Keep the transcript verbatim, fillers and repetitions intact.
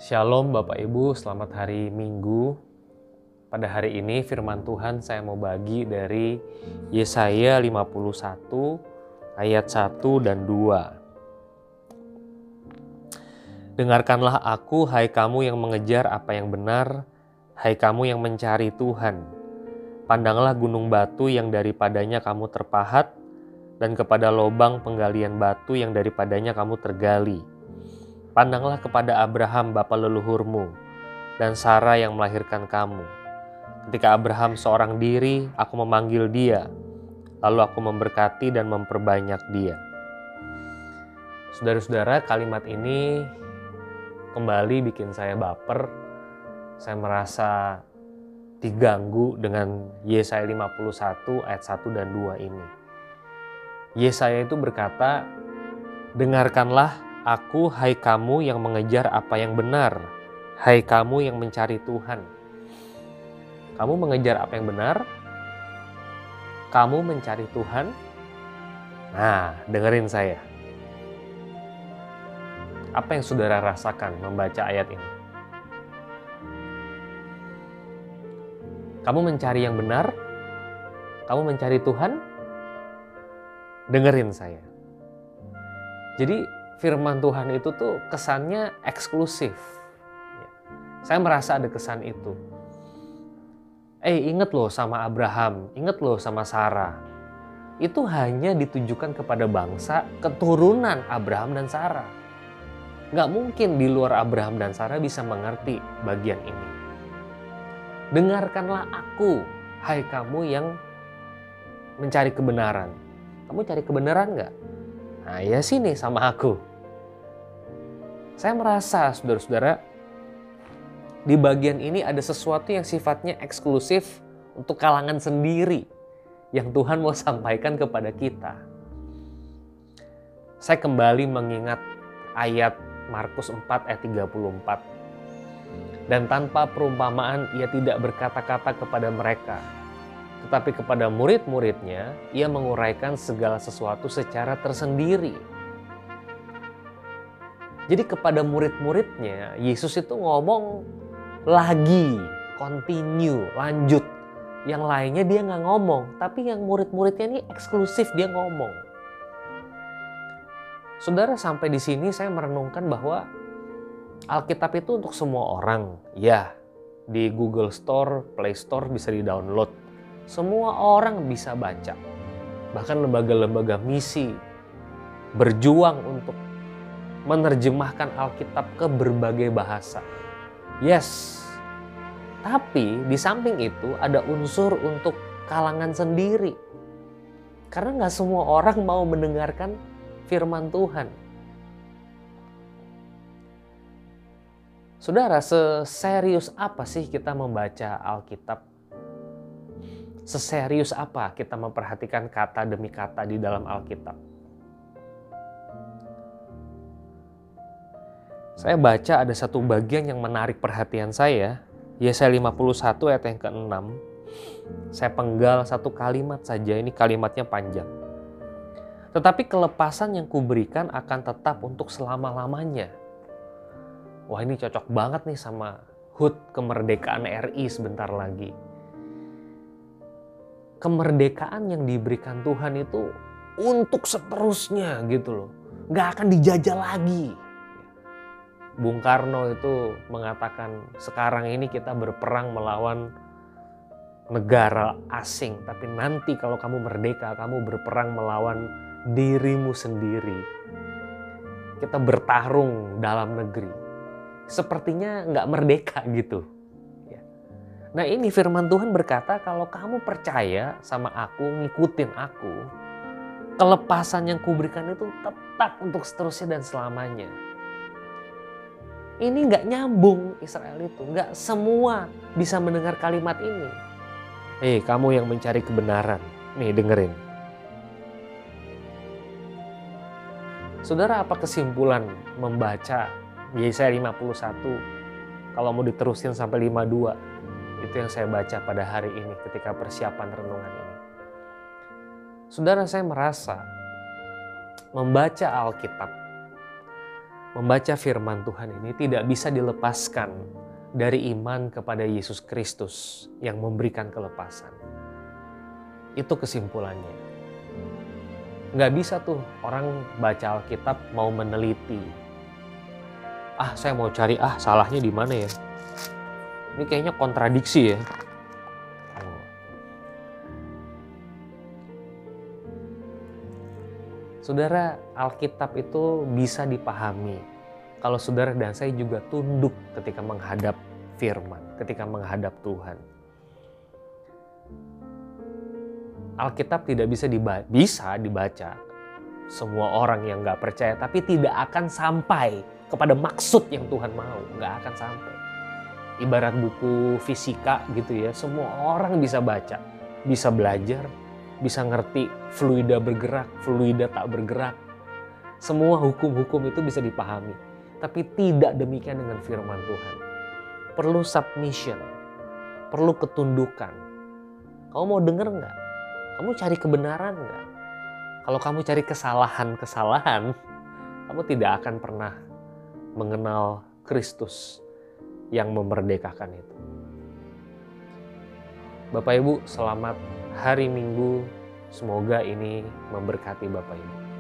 Shalom Bapak Ibu, selamat hari Minggu. Pada hari ini firman Tuhan saya mau bagi dari Yesaya lima puluh satu ayat satu dan dua. Dengarkanlah aku, hai kamu yang mengejar apa yang benar, hai kamu yang mencari Tuhan. Pandanglah gunung batu yang daripadanya kamu terpahat, dan kepada lobang penggalian batu yang daripadanya kamu tergali. Pandanglah kepada Abraham bapa leluhurmu, dan Sarah yang melahirkan kamu. Ketika Abraham seorang diri, aku memanggil dia, lalu aku memberkati dan memperbanyak dia. Saudara-saudara, kalimat ini kembali bikin saya baper. Saya merasa diganggu dengan Yesaya lima puluh satu ayat satu dan dua ini. Yesaya itu berkata, dengarkanlah aku, hai kamu yang mengejar apa yang benar, hai kamu yang mencari Tuhan. Kamu mengejar apa yang benar? Kamu mencari Tuhan? Nah, dengerin saya. Apa yang saudara rasakan membaca ayat ini? Kamu mencari yang benar? Kamu mencari Tuhan? Dengerin saya. Jadi firman Tuhan itu tuh kesannya eksklusif. Saya merasa ada kesan itu. Eh, inget loh sama Abraham, inget loh sama Sarah. Itu hanya ditujukan kepada bangsa keturunan Abraham dan Sarah. Gak mungkin di luar Abraham dan Sarah bisa mengerti bagian ini. Dengarkanlah aku, hai kamu yang mencari kebenaran. Kamu cari kebenaran gak? Nah ya sini sama aku. Saya merasa saudara-saudara di bagian ini ada sesuatu yang sifatnya eksklusif untuk kalangan sendiri yang Tuhan mau sampaikan kepada kita. Saya kembali mengingat ayat Markus empat ayat tiga puluh empat. Dan tanpa perumpamaan ia tidak berkata-kata kepada mereka, tetapi kepada murid-muridnya ia menguraikan segala sesuatu secara tersendiri. Jadi kepada murid-muridnya Yesus itu ngomong lagi, continue, lanjut. Yang lainnya dia nggak ngomong, tapi yang murid-muridnya ini eksklusif dia ngomong. Saudara, sampai di sini saya merenungkan bahwa Alkitab itu untuk semua orang. Ya, di Google Store, Play Store bisa di-download. Semua orang bisa baca. Bahkan lembaga-lembaga misi berjuang untuk menerjemahkan Alkitab ke berbagai bahasa. Yes, tapi di samping itu ada unsur untuk kalangan sendiri. Karena gak semua orang mau mendengarkan firman Tuhan. Saudara, seserius apa sih kita membaca Alkitab? Seserius apa kita memperhatikan kata demi kata di dalam Alkitab? Saya baca ada satu bagian yang menarik perhatian saya. Yesaya lima puluh satu ayat yang keenam. Saya penggal satu kalimat saja, ini kalimatnya panjang. Tetapi kelepasan yang kuberikan akan tetap untuk selama-lamanya. Wah, ini cocok banget nih sama H U T kemerdekaan R I sebentar lagi. Kemerdekaan yang diberikan Tuhan itu untuk seterusnya gitu loh. Gak akan dijajah lagi. Bung Karno itu mengatakan sekarang ini kita berperang melawan negara asing. Tapi nanti kalau kamu merdeka, kamu berperang melawan dirimu sendiri. Kita bertarung dalam negeri. Sepertinya gak merdeka gitu. Nah, ini firman Tuhan berkata kalau kamu percaya sama aku, ngikutin aku, kelepasan yang kuberikan itu tetap untuk seterusnya dan selamanya. Ini gak nyambung Israel itu, gak semua bisa mendengar kalimat ini. Hei, kamu yang mencari kebenaran, nih dengerin. Saudara, apa kesimpulan membaca Yesaya lima puluh satu kalau mau diterusin sampai lima puluh dua? Itu yang saya baca pada hari ini ketika persiapan renungan ini. Saudara, saya merasa membaca Alkitab Membaca firman Tuhan ini tidak bisa dilepaskan dari iman kepada Yesus Kristus yang memberikan kelepasan. Itu kesimpulannya. Nggak bisa tuh orang baca Alkitab mau meneliti. Ah, saya mau cari, ah salahnya di mana ya? Ini kayaknya kontradiksi ya. Oh. Saudara, Alkitab itu bisa dipahami kalau saudara dan saya juga tunduk ketika menghadap firman, ketika menghadap Tuhan. Alkitab tidak bisa dibaca, bisa dibaca semua orang yang nggak percaya, tapi tidak akan sampai kepada maksud yang Tuhan mau, nggak akan sampai. Ibarat buku fisika gitu ya, semua orang bisa baca, bisa belajar, bisa ngerti fluida bergerak, fluida tak bergerak. Semua hukum-hukum itu bisa dipahami, tapi tidak demikian dengan firman Tuhan. Perlu submission, perlu ketundukan. Kamu mau denger nggak? Kamu cari kebenaran nggak? Kalau kamu cari kesalahan-kesalahan, kamu tidak akan pernah mengenal Kristus yang memerdekakan itu. Bapak Ibu, selamat hari Minggu. Semoga ini memberkati Bapak Ibu.